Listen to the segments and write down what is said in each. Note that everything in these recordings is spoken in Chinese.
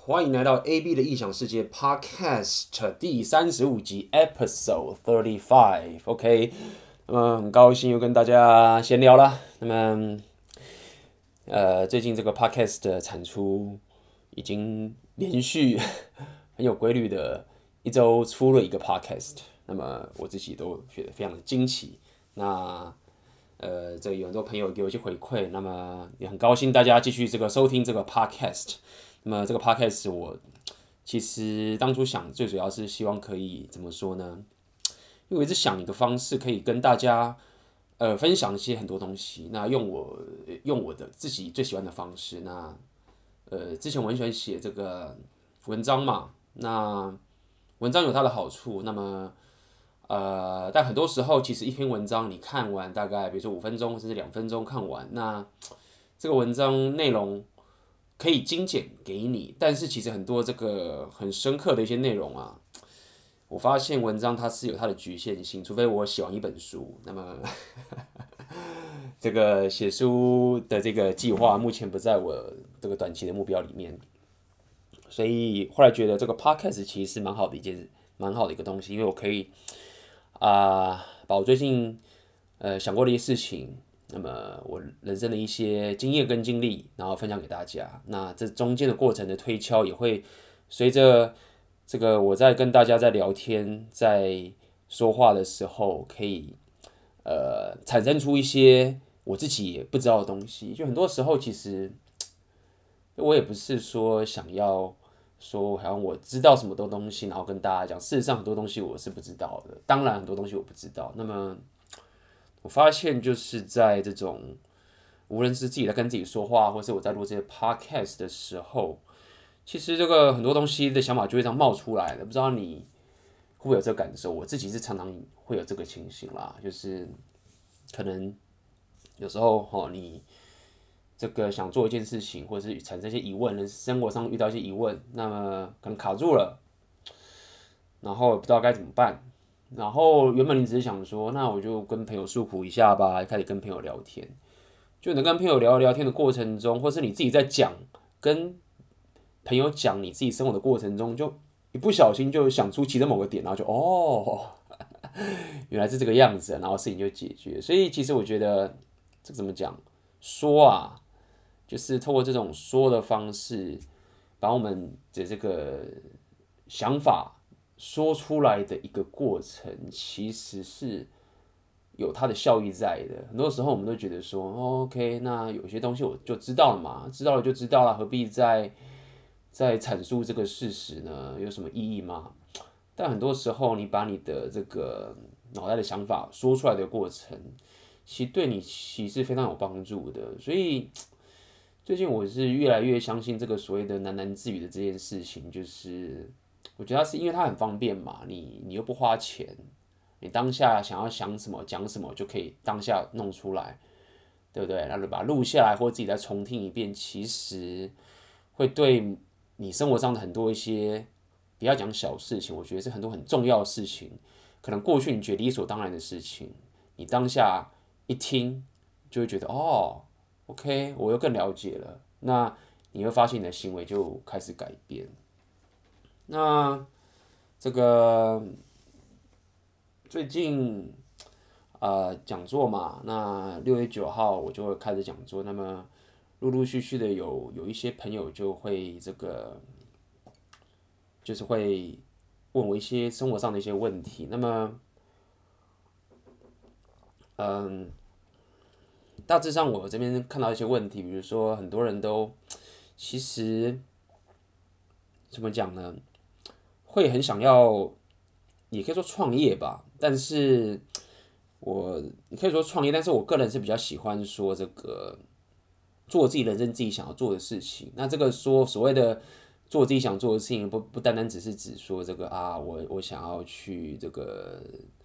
欢迎来到 AB 的异想世界 Podcast 第35集 Episode 35。OK，那么很高兴又跟大家闲聊啦。那么最近这个 Podcast 的产出已经连续很有规律的一周出了一个 Podcast，那么我自己都觉得非常的惊奇。那这有很多朋友给我一些回馈，那么也很高兴大家继续这个收听这个 podcast。那么这个 podcast 我其实当初想最主要是希望可以怎么说呢？因为我一直想一个方式可以跟大家分享一些很多东西，那用我的自己最喜欢的方式。那之前我很喜欢写这个文章嘛，那文章有它的好处，那么但很多时候其实一篇文章你看完大概比如说5分钟甚至2分钟看完，那这个文章内容可以精简给你，但是其实很多这个很深刻的一些内容啊，我发现文章它是有它的局限性，除非我写完一本书，那么这个写书的这个计划目前不在我这个短期的目标里面，所以后来觉得这个 podcast 其实是蛮好的一个东西，因为我可以把我最近想过的一些事情，那么我人生的一些经验跟经历，然后分享给大家。那这中间的过程的推敲，也会随着这个我在跟大家在聊天、在说话的时候，可以产生出一些我自己也不知道的东西。就很多时候，其实我也不是说想要说好像我知道什么多东西，然后跟大家讲。事实上，很多东西我是不知道的。当然，很多东西我不知道。那么，我发现就是在这种无论是自己在跟自己说话，或是我在录这些 podcast 的时候，其实这个很多东西的想法就会这样冒出来了。不知道你会不会有这个感受？我自己是常常会有这个情形啦，就是可能有时候你这个想做一件事情，或者是产生一些疑问，生活上遇到一些疑问，那么可能卡住了，然后不知道该怎么办。然后原本你只是想说，那我就跟朋友诉苦一下吧，开始跟朋友聊天。就能跟朋友聊天的过程中，或是你自己在跟朋友讲你自己生活的过程中，就一不小心就想出其中某个点，然后就原来是这个样子，然后事情就解决。所以其实我觉得这个怎么讲，说啊，就是透过这种说的方式，把我们的这个想法说出来的一个过程，其实是有它的效益在的。很多时候我们都觉得说，OK，那有些东西我就知道了嘛，知道了就知道了，何必再阐述这个事实呢？有什么意义吗？但很多时候，你把你的这个脑袋的想法说出来的过程，其实对你其实非常有帮助的。所以最近我是越来越相信这个所谓的喃喃自语的这件事情，就是我觉得它是因为它很方便嘛，你又不花钱，你当下想要想什么讲什么就可以当下弄出来，对不对？然后把它录下来或自己再重听一遍，其实会对你生活上的很多一些，不要讲小事情，我觉得是很多很重要的事情，可能过去你觉得理所当然的事情，你当下一听就会觉得OK，我又更了解了。那你会发现你的行为就开始改变。那这个最近讲座嘛，那6月9号我就会开始讲座，那么陆陆续续的有一些朋友就会就是会问我一些生活上的一些问题，那么大致上我这边看到一些问题，比如说很多人都其实怎么讲呢，会很想要，也可以说创业吧，但是你可以说创业，但是我个人是比较喜欢说这个做自己人生自己想要做的事情。那这个说所谓的做自己想做的事情，不单单只是指说这个我想要去这个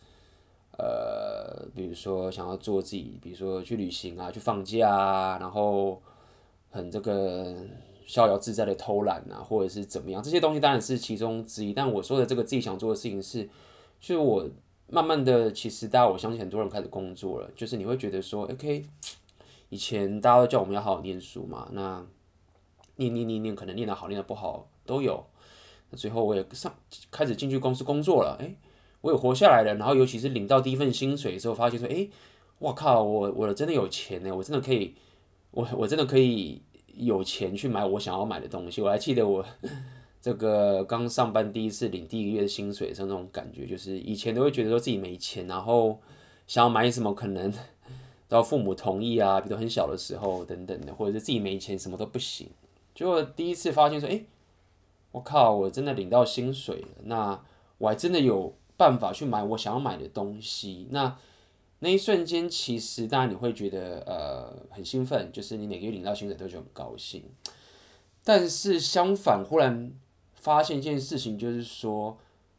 比如说想要做自己，比如说去旅行啊，去放假啊，然后很这个逍遥自在的偷懒啊，或者是怎么样，这些东西当然是其中之一。但我说的这个自己想做的事情是，就是我慢慢的，其实我相信很多人开始工作了，就是你会觉得说，OK，以前大家都叫我们要好好念书嘛，那念，可能念得好，念得不好都有。最后我也开始进去公司工作了，我有活下来了。然后尤其是领到第一份薪水之后，发现说，我靠，我真的有钱呢，我真的可以，我真的可以有钱去买我想要买的东西。我还记得我这个刚上班第一次领第一个月的薪水的时候那种感觉，就是以前都会觉得说自己没钱，然后想要买什么可能都要父母同意啊，比如很小的时候等等的，或者是自己没钱什么都不行。结果第一次发现说，我靠，我真的领到薪水了，那我还真的有办法去买我想要买的东西。那一瞬间，其实当然你会觉得很兴奋，就是你每个月领到薪水都觉得很高兴。但是相反，忽然发现一件事情，就是说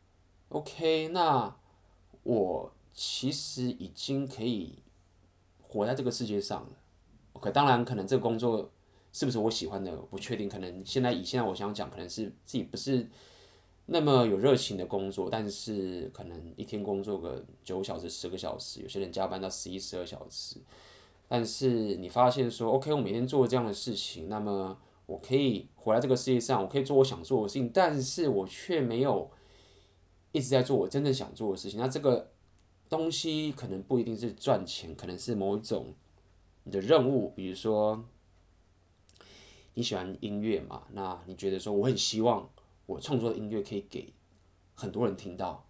，OK，那我其实已经可以活在这个世界上了。OK，当然可能这个工作是不是我喜欢的，我不确定。可能现在我想讲，可能是自己不是那么有热情的工作，但是可能一天工作个9小时、10个小时，有些人加班到11、12小时。但是你发现说，OK，我每天做这样的事情，那么我可以活在这个世界上，我可以做我想做的事情，但是我却没有一直在做我真正想做的事情。那这个东西可能不一定是赚钱，可能是某一种你的任务，比如说你喜欢音乐嘛，那你觉得说我很希望我创作的音乐可以给很多人听到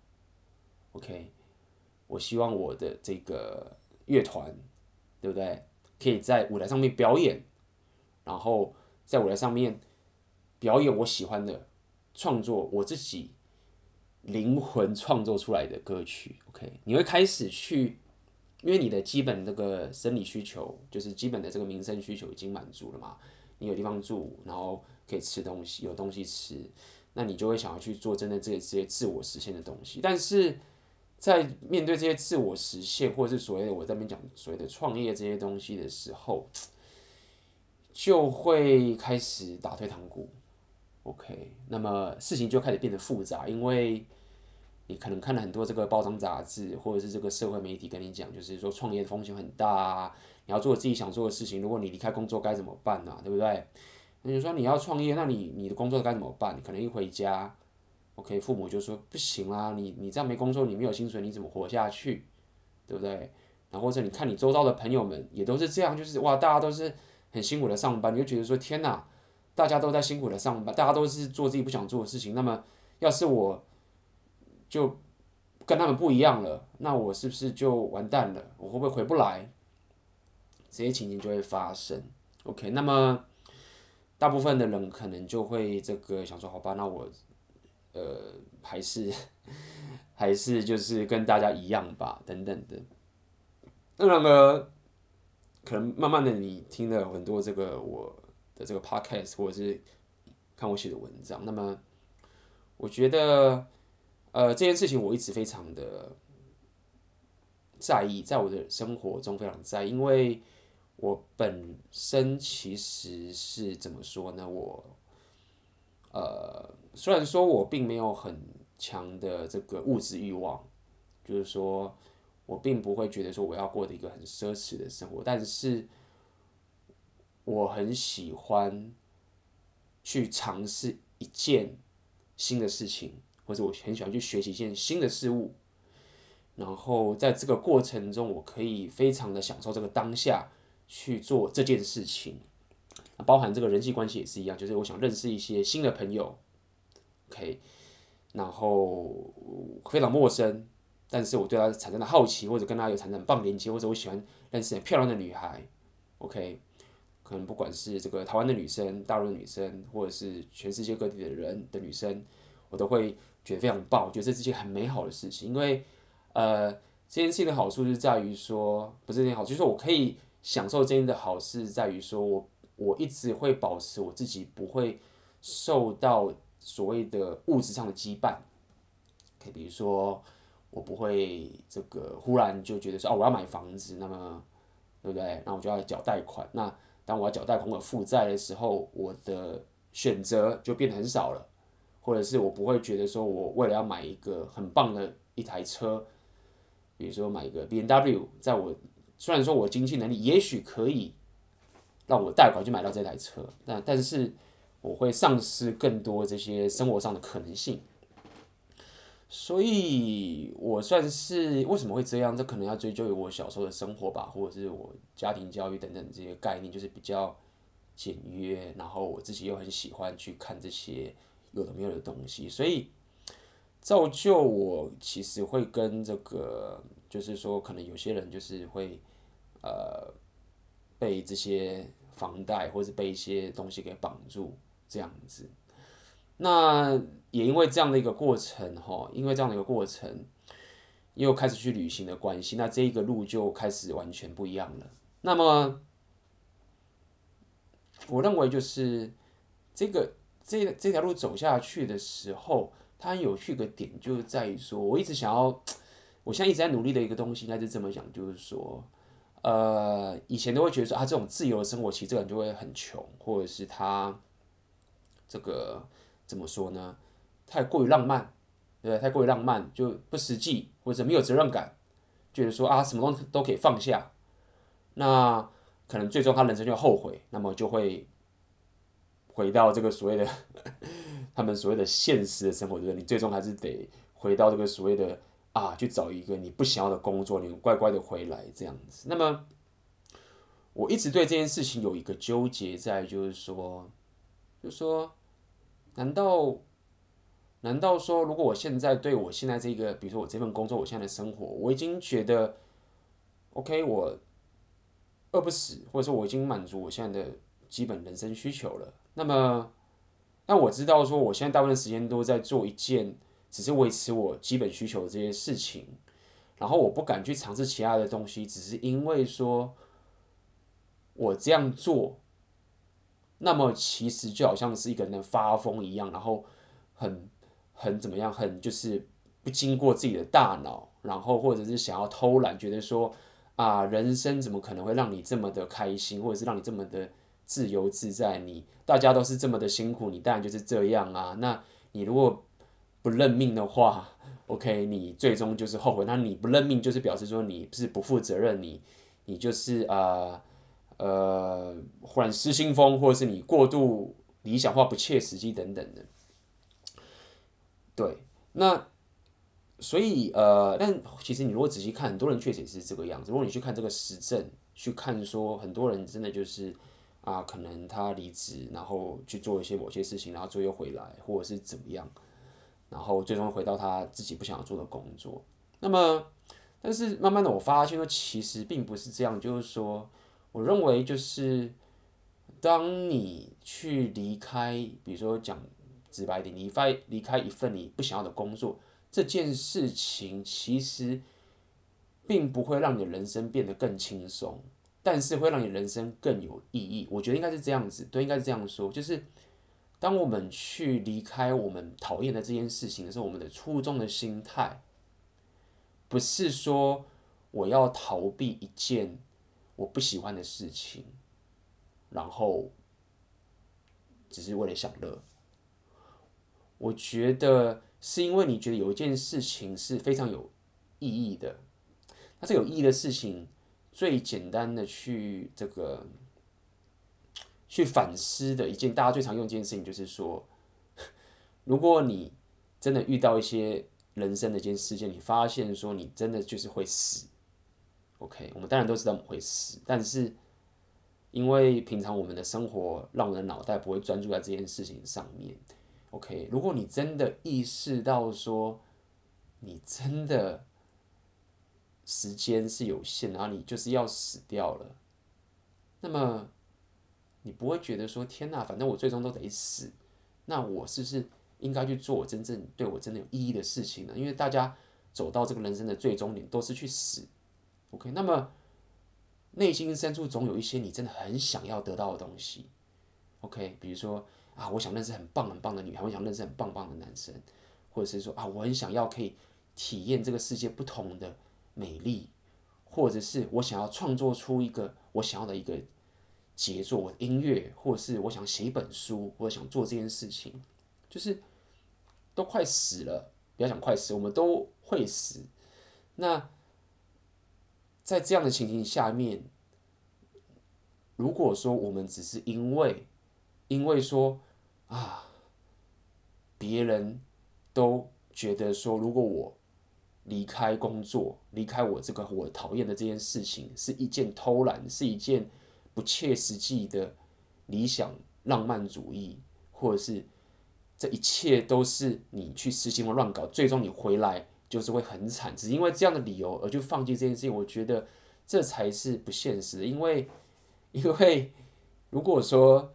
，OK，我希望我的这个乐团，对不对？可以在舞台上面表演，然后在舞台上面表演我喜欢的创作，我自己灵魂创作出来的歌曲，OK，你会开始去，因为你的基本这个生理需求，就是基本的这个民生需求已经满足了嘛，你有地方住，然后可以吃东西，有东西吃，那你就会想要去做真的这些自我实现的东西。但是在面对这些自我实现，或者是所谓的我在那边讲所谓的创业这些东西的时候，就会开始打退堂鼓。OK，那么事情就开始变得复杂，因为你可能看了很多这个报章杂志，或者是这个社会媒体跟你讲，就是说创业的风险很大啊，你要做自己想做的事情，如果你离开工作该怎么办啊，对不对？那你说你要创业，那你的工作该怎么办？你可能一回家，OK，父母就说不行啦，你这样没工作，你没有薪水，你怎么活下去？对不对？然后或者你看你周遭的朋友们也都是这样，就是哇，大家都是很辛苦的上班，你就觉得说天哪，大家都在辛苦的上班，大家都是做自己不想做的事情，那么要是我就跟他们不一样了，那我是不是就完蛋了？我会不会回不来？这些情形就会发生。OK，那么大部分的人可能就会这个想说，好吧，那我还是还是就是跟大家一样吧，等等的。那么可能慢慢的你听了很多这个我的这个 podcast，或者是看我写的文章，那么我觉得这件事情我一直非常的在意，在我的生活中非常在意，因为我本身其实是怎么说呢？虽然说我并没有很强的这个物质欲望，就是说我并不会觉得说我要过的一个很奢侈的生活，但是我很喜欢去尝试一件新的事情，或者我很喜欢去学习一件新的事物，然后在这个过程中，我可以非常的享受这个当下去做这件事情，包含这个人际关系也是一样，就是我想认识一些新的朋友，OK，然后非常陌生，但是我对他产生了好奇，或者跟他有产生很棒连接，或者我喜欢认识很漂亮的女孩，OK，可能不管是这个台湾的女生、大陆的女生，或者是全世界各地的人的女生，我都会觉得非常棒，我觉得这是件很美好的事情，因为这件事情的好处是在于说，不是这件好处，就是我可以享受这件的好是在于说我一直会保持我自己不会受到所谓的物质上的羁绊，可以比如说我不会这个忽然就觉得说我要买房子，那么对不对？那我就要缴贷款。那当我要缴贷款、我负债的时候，我的选择就变得很少了，或者是我不会觉得说我为了要买一个很棒的一台车，比如说买一个 BMW，在我虽然说我经济能力也许可以让我贷款去买到这台车，但是我会丧失更多这些生活上的可能性。所以，我算是为什么会这样？这可能要追究于我小时候的生活吧，或者是我家庭教育等等这些概念，就是比较简约，然后我自己又很喜欢去看这些有的没有的东西，所以造就我其实会跟这个，就是说，可能有些人就是会被这些房贷或是被一些东西给绑住这样子。那也因为这样的一个过程，因为这样的一个过程，又开始去旅行的关系，那这一个路就开始完全不一样了。那么，我认为就是这个这条路走下去的时候，它很有趣的点就在于说，我一直想要，我现在一直在努力的一个东西，应该是这么讲，就是说，以前都会觉得说啊，这种自由的生活，其实这个人就会很穷，或者是他这个怎么说呢？太过于浪漫，对不对？太过于浪漫就不实际，或者没有责任感，觉得说啊，什么东西都可以放下，那可能最终他人生就后悔，那么就会回到这个所谓的他们所谓的现实的生活，对不对？你最终还是得回到这个所谓的啊，去找一个你不想要的工作，你乖乖的回来这样子。那么我一直对这件事情有一个纠结在，就是说，难道难道说，如果我现在对我现在这个，比如说我这份工作，我现在的生活，我已经觉得 OK，我饿不死，或者说我已经满足我现在的基本人生需求了，那么，但我知道说，我现在大部分时间都在做一件只是维持我基本需求的这些事情，然后我不敢去尝试其他的东西，只是因为说我这样做，那么其实就好像是一个人发疯一样，然后很很怎么样，很就是不经过自己的大脑，然后或者是想要偷懒，觉得说啊，人生怎么可能会让你这么的开心，或者是让你这么的自由自在？大家都是这么的辛苦，你当然就是这样啊。那你如果不认命的话，OK，你最终就是后悔。那你不认命，就是表示说你是不负责任，你就是忽然失心疯，或者是你过度理想化、不切实际等等的。对，那所以但其实你如果仔细看，很多人确实也是这个样子。如果你去看这个实证，去看说很多人真的就是可能他离职，然后去做一些某些事情，然后最后又回来，或者是怎么样，然后最终回到他自己不想要做的工作。那么，但是慢慢的我发现说，其实并不是这样，就是说，我认为就是当你去离开，比如说讲直白一点，离开一份你不想要的工作，这件事情其实并不会让你的人生变得更轻松，但是会让你人生更有意义。我觉得应该是这样子，对，应该是这样说，就是当我们去离开我们讨厌的这件事情的时候，我们的初衷的心态不是说我要逃避一件我不喜欢的事情，然后只是为了享乐。我觉得是因为你觉得有一件事情是非常有意义的，那这有意义的事情，最简单的去反思的一件大家最常用的一件事情，就是说，如果你真的遇到一些人生的一件事件，你发现说你真的就是会死，OK，我们当然都知道我们会死，但是因为平常我们的生活让我们的脑袋不会专注在这件事情上面，OK，如果你真的意识到说你真的时间是有限，然后你就是要死掉了，那么你不会觉得说天哪，反正我最终都得死，那我是不是应该去做我真正对我真的有意义的事情呢？因为大家走到这个人生的最终点都是去死，OK，那么内心深处总有一些你真的很想要得到的东西，OK，比如说啊，我想认识很棒很棒的女孩，我想认识很棒棒的男生，或者是说啊，我很想要可以体验这个世界不同的美丽，或者是我想要创作出一个我想要的一个杰作，我的音乐，或者是我想写一本书，或者想做这件事情，就是都快死了，不要讲快死，我们都会死。那在这样的情形下面，如果说我们只是因为说别人都觉得说，如果我离开工作，离开我这个我讨厌的这件事情，是一件偷懒，是一件不切实际的理想浪漫主义，或者是这一切都是你去实行乱搞，最终你回来就是会很惨，只因为这样的理由而就放弃这件事情，我觉得这才是不现实的，因为如果说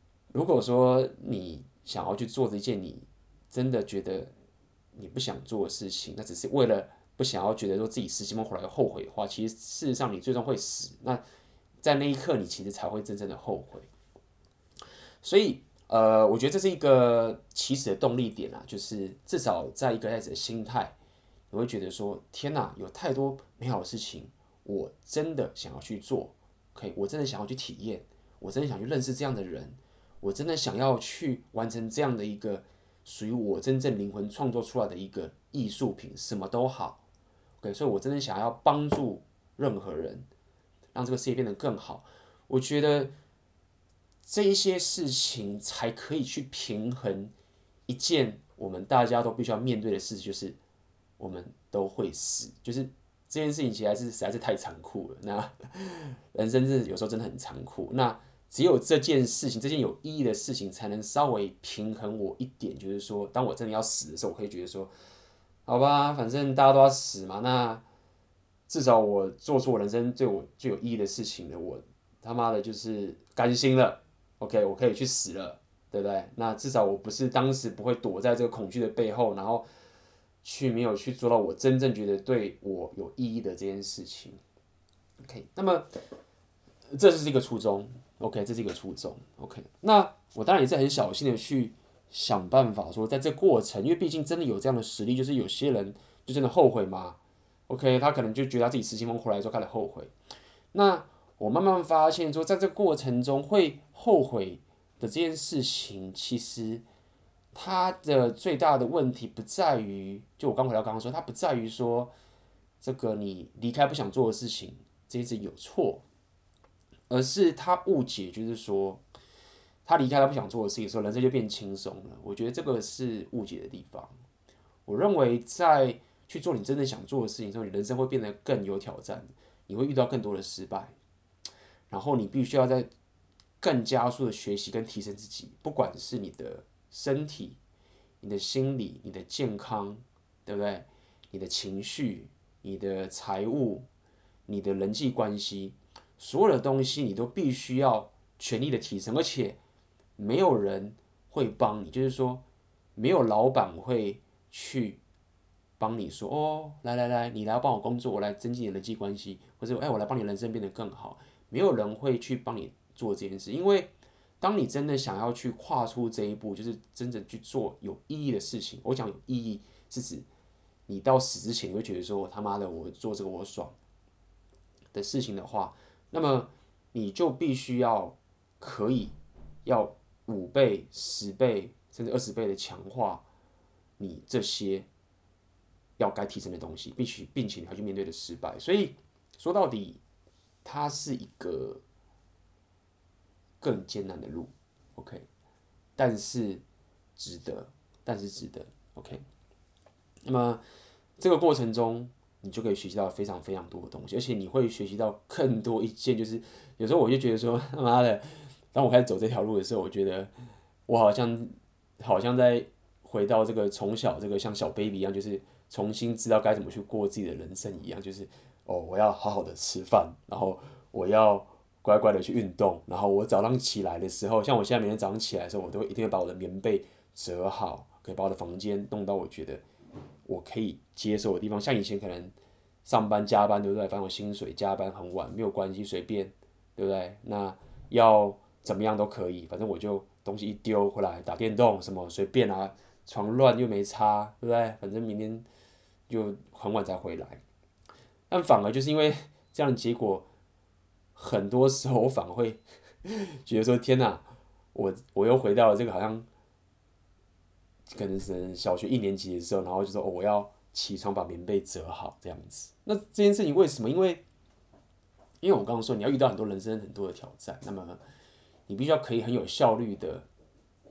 你想要去做这件你真的觉得你不想做的事情，那只是为了不想要觉得说自己实习后来后悔的话，其实事实上你最终会死。那在那一刻，你其实才会真正的后悔。所以，我觉得这是一个起始的动力点啊，就是至少在一个开始的心态，你会觉得说，天哪，有太多美好的事情，我真的想要去做，OK，我真的想要去体验，我真的想去认识这样的人，我真的想要去完成这样的一个属于我真正灵魂创作出来的一个艺术品，什么都好，OK，所以我真的想要帮助任何人，让这个世界变得更好。我觉得这一些事情才可以去平衡一件我们大家都必须要面对的事，就是我们都会死，就是这件事情实在是太残酷了。那人生是有时候真的很残酷。那只有这件事情，这件有意义的事情，才能稍微平衡我一点，就是说，当我真的要死的时候，我可以觉得说，好吧，反正大家都要死嘛，那至少我做出我人生最有意义的事情了，我他妈的就是甘心了。OK，我可以去死了，对不对？那至少我不是当时不会躲在这个恐惧的背后，然后没有去做到我真正觉得对我有意义的这件事情。OK，那么这是一个初衷。OK，这是一个初衷。OK，那我当然也是很小心的去想办法说，在这过程，因为毕竟真的有这样的实力，就是有些人就真的后悔嘛。OK，他可能就觉得他自己失心疯回来之后开始后悔。那我慢慢发现说，在这个过程中会后悔的这件事情，其实它的最大的问题不在于，就我刚回到刚刚说，它不在于说这个你离开不想做的事情这件事有错，而是他误解，就是说他离开他不想做的事情的时候，人生就变轻松了。我觉得这个是误解的地方。我认为在去做你真正想做的事情的时候，你人生会变得更有挑战，你会遇到更多的失败，然后你必须要在更加速的学习跟提升自己，不管是你的身体、你的心理、你的健康，对不对？你的情绪、你的财务、你的人际关系，所有的东西你都必须要全力的提升，而且没有人会帮你，就是说没有老板会去帮你说哦，来来来，你来帮我工作，我来增进你的人际关系，或者哎，我来帮你人生变得更好。没有人会去帮你做这件事，因为当你真的想要去跨出这一步，就是真正去做有意义的事情。我讲有意义是指你到死之前，你会觉得说我他妈的我做这个我爽的事情的话，那么你就必须要可以要5倍、10倍甚至20倍的强化你这些要该提升的东西，并且你要去面对的失败。所以说到底，它是一个更艰难的路，OK，但是值得，，OK。那么这个过程中，你就可以学习到非常非常多的东西，而且你会学习到更多一件，就是有时候我就觉得说，他妈的，当我开始走这条路的时候，我觉得我好像在回到这个从小这个像小 baby 一样，就是重新知道该怎么去过自己的人生一样，就是哦，我要好好的吃饭，然后我要乖乖的去运动，然后我早上起来的时候，像我现在每天早上起来的时候，我都一定会把我的棉被折好，可以把我的房间弄到我觉得我可以接受的地方。像以前可能上班加班，对不对？反正我薪水加班很晚没有关系，随便，对不对？那要怎么样都可以，反正我就东西一丢回来打电动什么随便啊，床乱又没差，对不对？反正明天就很晚才回来。但反而就是因为这样的结果，很多时候我反而会觉得说：天哪，我又回到了这个好像可能是小学1年级的时候，然后就说：哦，我要起床把棉被折好这样子。那这件事情为什么？因为我刚刚说你要遇到很多人生很多的挑战，那么你必须要可以很有效率的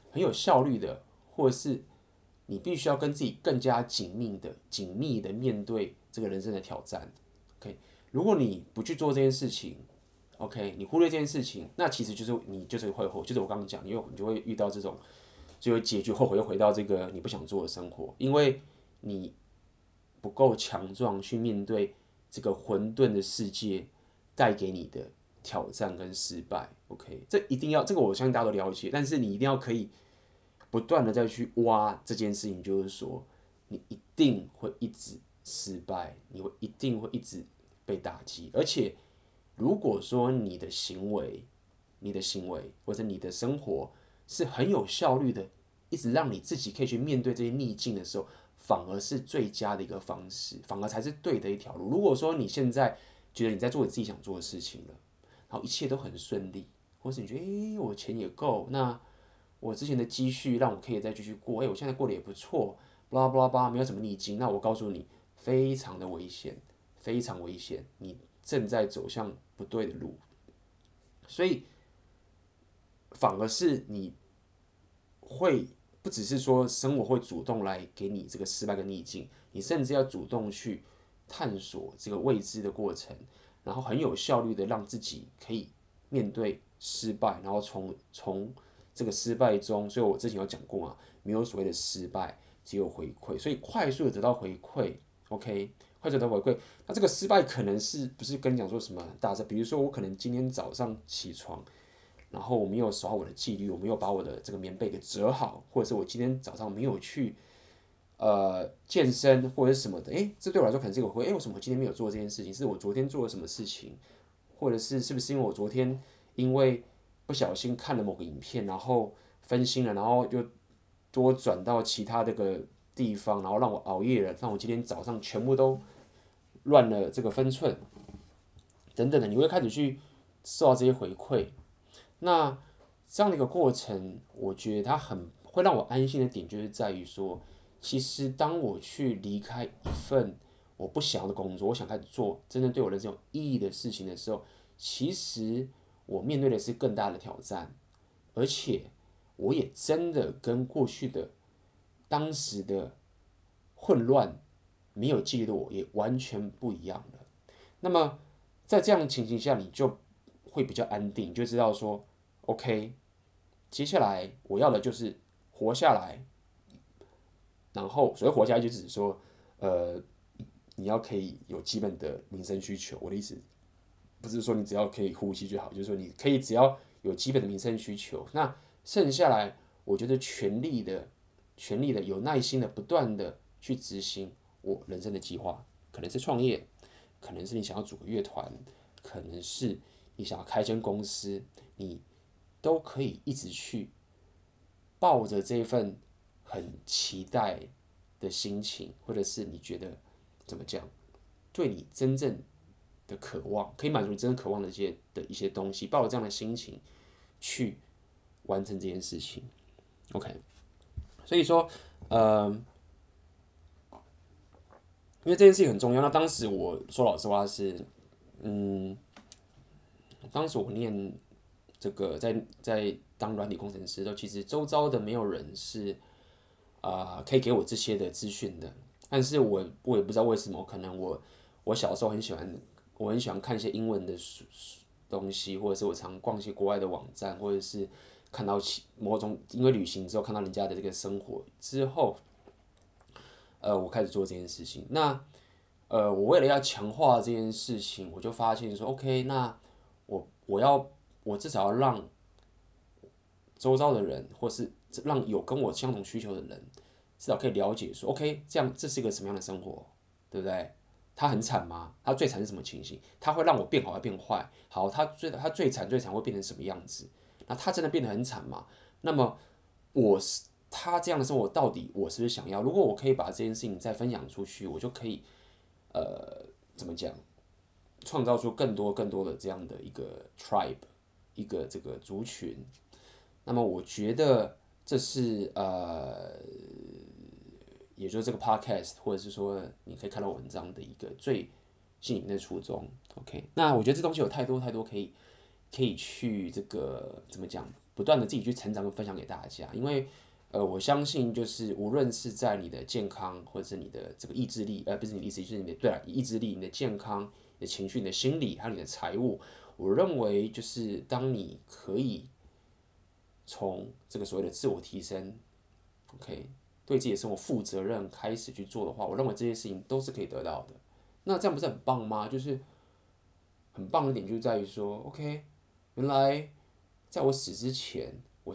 很有效率的，或者是你必须要跟自己更加紧密的面对这个人生的挑战。OK，如果你不去做这件事情，OK，你忽略这件事情，那其实你就是会就是我刚刚讲，你就会遇到这种，就会结局后悔，又回到这个你不想做的生活，因为你不够强壮去面对这个混沌的世界带给你的挑战跟失败。OK，这一定要，这个我相信大家都了解，但是你一定要可以不断的再去挖这件事情，就是说你一定会一直失败，一定会一直被打击，而且如果说你的行为或者你的生活是很有效率的，一直让你自己可以去面对这些逆境的时候，反而是最佳的一个方式，反而才是对的一条路。如果说你现在觉得你在做你自己想做的事情了，然后一切都很顺利，或是你觉得我钱也够，那我之前的积蓄让我可以再继续过，我现在过得也不错，巴拉巴拉巴拉，没有什么逆境，那我告诉你，非常的危险，非常危险，你正在走向不对的路，所以反而是你会不只是说生活会主动来给你这个失败跟逆境，你甚至要主动去探索这个未知的过程，然后很有效率的让自己可以面对失败，然后从这个失败中，所以我之前有讲过嘛，没有所谓的失败，只有回馈，所以快速的得到回馈，OK，快速得到回馈，那这个失败可能是不是跟你讲说什么大事，比如说我可能今天早上起床。然后我没有守好我的纪律，我没有把我的这个棉被给折好，或者是我今天早上没有去健身或者是什么的，这对我来说可能是一个回，为什么我今天没有做这件事情？是我昨天做了什么事情，或者是不是因为我昨天因为不小心看了某个影片，然后分心了，然后又多转到其他这个地方，然后让我熬夜了，让我今天早上全部都乱了这个分寸等等的，你会开始去受到这些回馈。那这样的一个过程，我觉得它很会让我安心的点，就是在于说，其实当我去离开一份我不想要的工作，我想开始做真正对我人生有意义的事情的时候，其实我面对的是更大的挑战，而且我也真的跟过去的当时的混乱、没有纪律的我也完全不一样了。那么在这样的情形下，你就会比较安定，就知道说，OK，接下来我要的就是活下来，然后所谓活下来就只是说，呃，你要可以有基本的民生需求。我的意思不是说你只要可以呼吸就好，就是说你可以只要有基本的民生需求，那剩下来我觉得全力的有耐心的不断的去执行我人生的计划，可能是创业，可能是你想要组个乐团，可能是你想要开间公司，你都可以一直去抱着这份很期待的心情，或者是你觉得怎么讲，对你真正的渴望，可以满足你真正渴望的一些东西，抱着这样的心情去完成这件事情。OK，所以说，因为这件事情很重要。那当时我说老实话是，嗯，当时我念这个在当软体工程师的时候，其实周遭的没有人是可以给我这些的资讯的。但是我也不知道为什么，可能我小时候我很喜欢看一些英文的东西，或者是我常逛一些国外的网站，或者是看到某种因为旅行之后看到人家的这个生活之后，我开始做这件事情。那我为了要强化这件事情，我就发现说，OK，那我至少要让周遭的人，或是让有跟我相同需求的人，至少可以了解说，OK，这是一个什么样的生活，对不对？他很惨吗？他最惨是什么情形？他会让我变好还变坏？好，他最惨会变成什么样子？那他真的变得很惨吗？那么他这样的生活，到底我是不是想要？如果我可以把这件事情再分享出去，我就可以怎么讲，创造出更多的这样的一个 tribe，一个这个族群。那么我觉得这是也就是这个 podcast，或者是说你可以看到文章的一个最吸引人的初衷。OK，那我觉得这东西有太多可以去这个怎么讲不断的自己去成长跟分享给大家，因为我相信就是无论是在你的健康或者是你的这个意志力，不是你的意志力，就是你的对了，意志力、你的健康、你的情绪、你的心理还有你的财务，我认为就是当你可以从这个所谓的自我提升，OK，对自己的生活负责任开始去做的话，我认为这些事情都是可以得到的。那这样不是很棒吗？就是很棒的点就在于说，OK，原来在我死之前，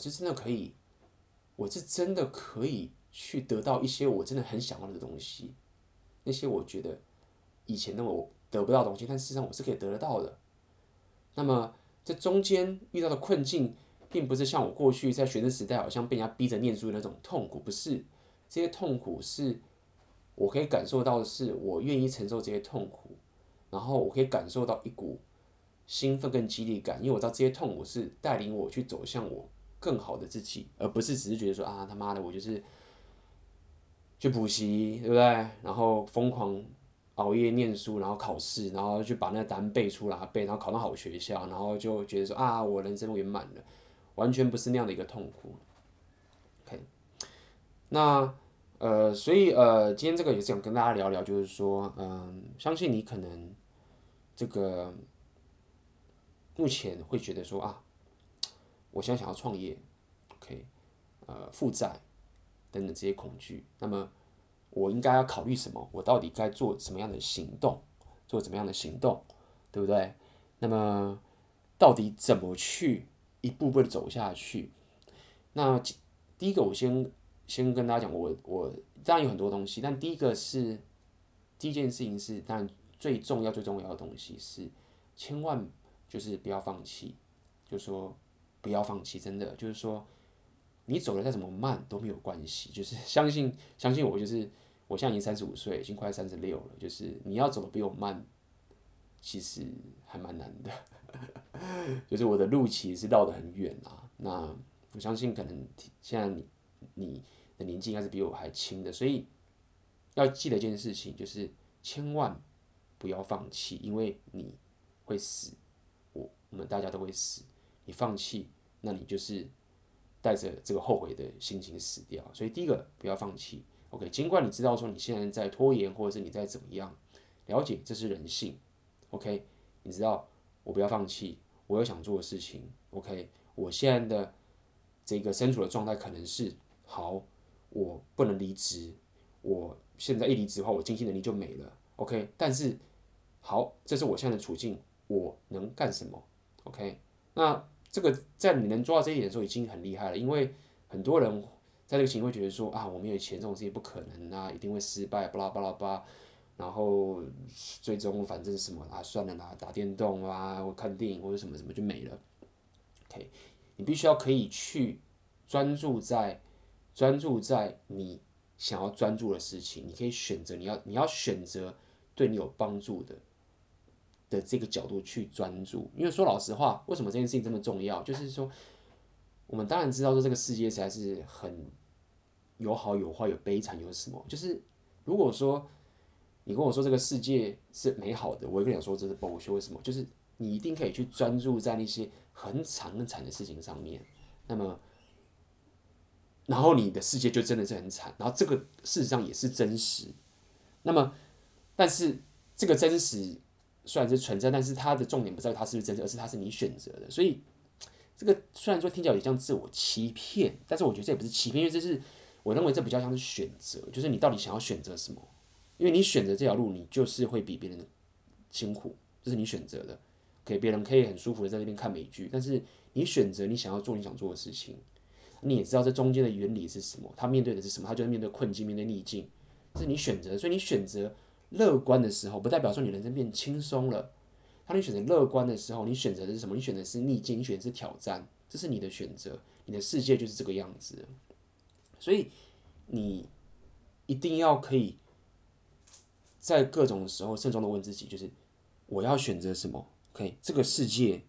我是真的可以去得到一些我真的很想要的东西，那些我觉得以前的我得不到的东西，但事实上我是可以得得到的。那么这中间遇到的困境，并不是像我过去在学生时代好像被人家逼着念书的那种痛苦，不是。这些痛苦是我可以感受到的是，我愿意承受这些痛苦，然后我可以感受到一股兴奋跟激励感，因为我知道这些痛苦是带领我去走向我更好的自己，而不是只是觉得说啊他妈的我就是去补习，对不对？然后疯狂熬夜念书，然后考试，然后去把那个答案背出来，然后考到好学校，然后就觉得说啊我人生圆满了，完全不是那样的一个痛苦。OK，那所以今天这个也是想跟大家聊聊，就是说，相信你可能这个目前会觉得说啊，我现在想要创业，OK，负债等等这些恐惧，那么我应该要考虑什么？我到底该做什么样的行动？做怎么样的行动，对不对？那么到底怎么去一步步的走下去？那第一个，我先跟大家讲，我当然有很多东西，但第一件事情是，当然最重要的东西是，千万就是不要放弃，就是说不要放弃，真的就是说你走的再怎么慢都没有关系，就是相信我，就是我现在已经35岁，已经快36了，就是你要走的比我慢，其实还蛮难的，就是我的路其实是绕得很远啊。那我相信可能现在你的年纪应该是比我还轻的，所以要记得一件事情，就是千万不要放弃，因为你会死，我们大家都会死。你放弃，那你就是带着这个后悔的心情死掉。所以第一个不要放弃，OK，尽管你知道说你现在在拖延，或者是你在怎么样，了解这是人性，OK，你知道我不要放弃，我有想做的事情，OK，我现在的这个身处的状态可能是好，我不能离职，我现在一离职的话，我经济能力就没了，OK，但是好，这是我现在的处境，我能干什么？OK，那这个在你能做到这一点的时候，已经很厉害了。因为很多人在这个情况会觉得说啊，我没有钱，这种事情不可能啊，一定会失败，巴拉巴拉巴，然后最终反正什么啊，算了啦，打电动啊，或看电影或者什么什么就没了。OK，你必须要可以去专注在你想要专注的事情，你可以选择你要选择对你有帮助的这个角度去专注。因为说老实话，为什么这件事情这么重要？就是说，我们当然知道说这个世界实在是很有好有坏，有悲惨，有什么。就是如果说你跟我说这个世界是美好的，我会跟你说这是 bullshit。为什么？就是你一定可以去专注在那些很惨很惨的事情上面，那么，然后你的世界就真的是很惨，然后这个事实上也是真实。那么，但是这个真实虽然是存在，但是它的重点不在于它是不是真实，而是它是你选择的。所以这个虽然说听起来有点像自我欺骗，但是我觉得这也不是欺骗，因为这是我认为这比较像是选择，就是你到底想要选择什么。因为你选择这条路，你就是会比别人辛苦，这是你选择的。给别人可以很舒服的在那边看美剧，但是你选择你想要做你想做的事情，你也知道这中间的原理是什么，他面对的是什么，他就是面对困境，面对逆境，这是你选择的。所以你选择乐观的时候，不代表说你人生变轻松了。当你选择乐观的时候，你选择的是什么？你选择的是逆境，你选择的是挑战，这是你的选择。你的世界就是这个样子。所以你一定要可以在各种时候慎重的问自己，就是我要选择什么？OK，这个世界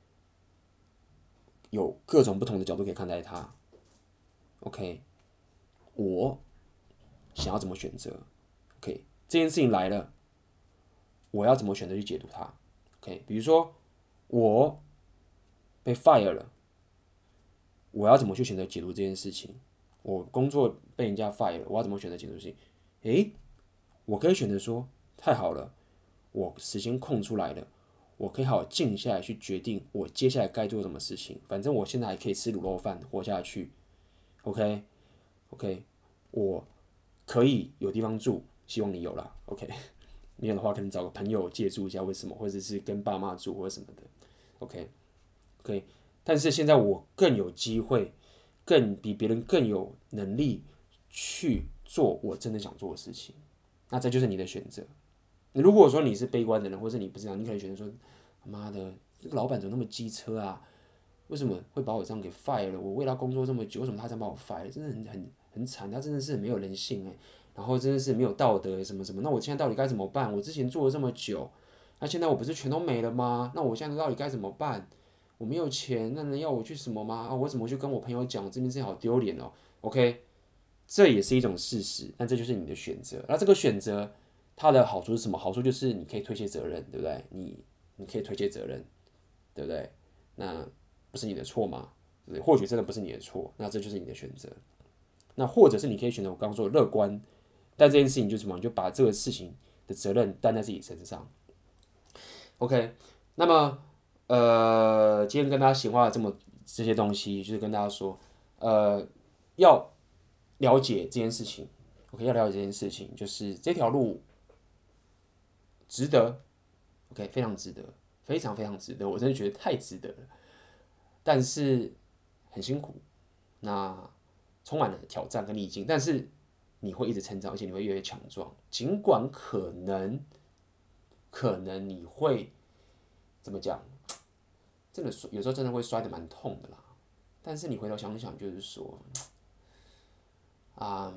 有各种不同的角度可以看待它。OK，我想要怎么选择？OK，这件事情来了，我要怎么选择去解读它？OK，比如说我被 fire 了， 我要怎么去选择解读这件事情？我工作被人家 fire 了，我要怎么选择解读事情？诶，我可以选择说，太好了，我时间空出来了，我可以好好静下来去决定我接下来该做什么事情。反正我现在还可以吃卤肉饭活下去，OK OK，我可以有地方住，希望你有啦，OK。没有的话，可能找个朋友借住一下，为什么？或者是跟爸妈住或者什么的，OK OK。但是现在我更有机会，更比别人更有能力去做我真的想做的事情，那这就是你的选择。如果说你是悲观的人，或是你不是这样，你可能选择说，妈的，这个老板怎么那么机车啊？为什么会把我这样给 fire 了？我为他工作这么久，为什么他这样把我 fire？真的很惨，他真的是很没有人性哎，然后真的是没有道德什么什么。那我现在到底该怎么办？我之前做了这么久，那现在我不是全都没了吗？那我现在到底该怎么办？我没有钱，那人要我去什么吗？啊，我怎么去跟我朋友讲这件事情好丢脸哦？OK，这也是一种事实，但这就是你的选择。那这个选择它的好处是什么？好处就是你可以推卸责任，对不对？你可以推卸责任，对不对？那不是你的错吗？对不对？或许真的不是你的错，那这就是你的选择。那或者是你可以选择我刚刚说的乐观，但这件事情就是什么？你就把这个事情的责任担在自己身上。OK，那么今天跟大家闲话了这些东西，就是跟大家说，要了解这件事情，OK，要了解这件事情，就是这条路值得，OK，非常值得，非常非常值得，我真的觉得太值得了，但是很辛苦，那充满了挑战跟逆境，但是你会一直成长，而且你会越来越强壮，尽管可能你会怎么讲，真的有时候真的会摔得蛮痛的啦，但是你回头想想，就是说啊、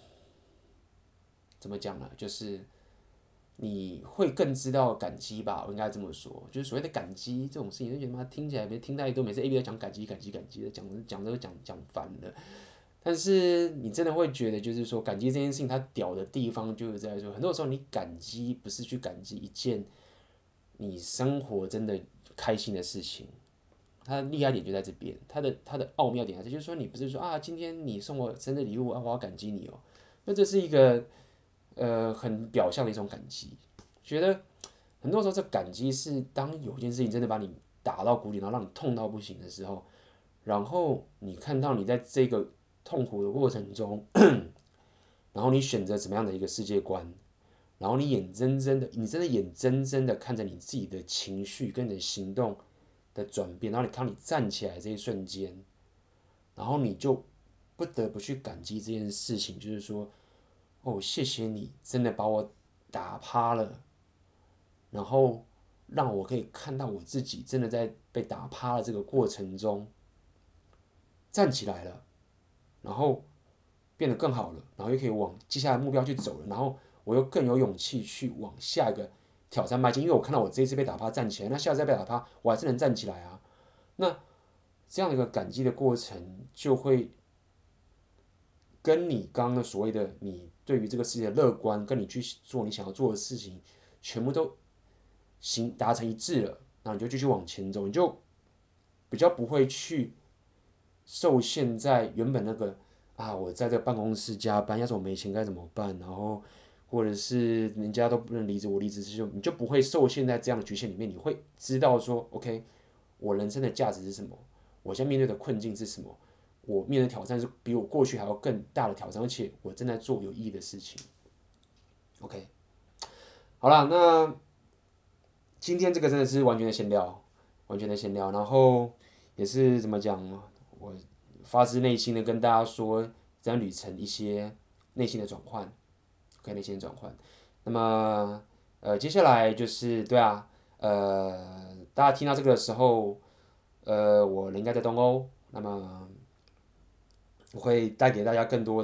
怎么讲呢？就是你会更知道感激吧，我应该这么说。就是所谓的感激这种事情，就觉得妈听起来听太多，每次 A B 在讲感激、感激、感激的，讲这个讲烦了。但是你真的会觉得，就是说感激这件事情，它屌的地方就是在说，很多时候你感激不是去感激一件你生活真的开心的事情，它的厉害点就在这边，它的奥妙点在这，就是说你不是说啊，今天你送我生日礼物啊，我要感激你哦，那这是一个很表象的一种感激。觉得很多时候这感激是当有一件事情真的把你打到谷底，然后让你痛到不行的时候，然后你看到你在这个痛苦的过程中，然后你选择怎么样的一个世界观，然后你真的眼睁睁的看着你自己的情绪跟你的行动的转变，然后你站起来这一瞬间，然后你就不得不去感激这件事情，就是说，哦，谢谢你真的把我打趴了，然后让我可以看到我自己真的在被打趴的这个过程中站起来了，然后变得更好了，然后又可以往接下来目标去走了，然后我又更有勇气去往下一个挑战迈进，因为我看到我这一次被打趴站起来，那下次再被打趴我还是能站起来啊。那这样的一个感激的过程，就会跟你刚刚的所谓的你对于这个世界的乐观，跟你去做你想要做的事情，全部都达成一致了，然后你就继续往前走，你就比较不会去受限在原本那个啊，我在这个办公室加班，要是我没钱该怎么办？然后或者是人家都不能离职，我离职就你就不会受限在这样的局限里面，你会知道说，OK，我人生的价值是什么？我现在面对的困境是什么？我面对的挑战是比我过去还要更大的挑战，而且我正在做有意义的事情。OK，好啦，那今天这个真的是完全的闲聊，完全的闲聊，然后也是怎么讲，我发自内心的跟大家说，这样旅程一些内心的转换，OK，内心的转换。那么接下来就是对啊，大家听到这个的时候，我人应该在东欧，那么我会带给大家更多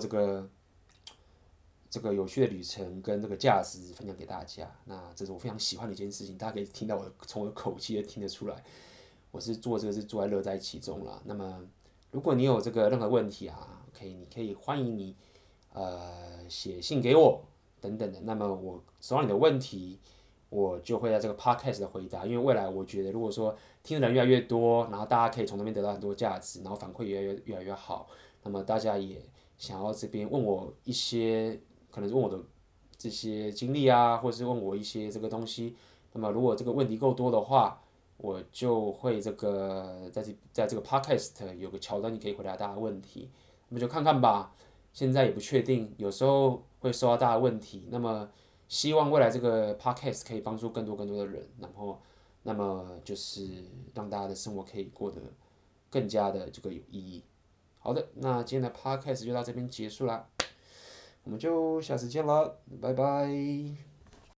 这个有趣的旅程跟这个价值分享给大家。那这是我非常喜欢的一件事情，大家可以听到从我的口气也听得出来，我是做这个是做在乐在其中啦。那么如果你有这个任何问题啊，OK，你可以欢迎你写信给我等等的。那么我收到你的问题， 我就会在这个 podcast 的回答，因为未来我觉得，如果说听的人越来越多，然后大家可以从那边得到很多价值，然后反馈也越来越好，那么大家也想要这边问我一些，可能是问我的这些经历啊，或者是问我一些这个东西，那么如果这个问题够多的话，我就会在这个 podcast 有个桥段，你可以回答大家的问题，那么就看看吧。现在也不确定，有时候会收到大家的问题，那么希望未来这个 podcast 可以帮助更多的人，然后那么就是让大家的生活可以过得更加的这个有意义。好的，那今天的 podcast 就到这边结束啦，我们就下次见了，拜拜。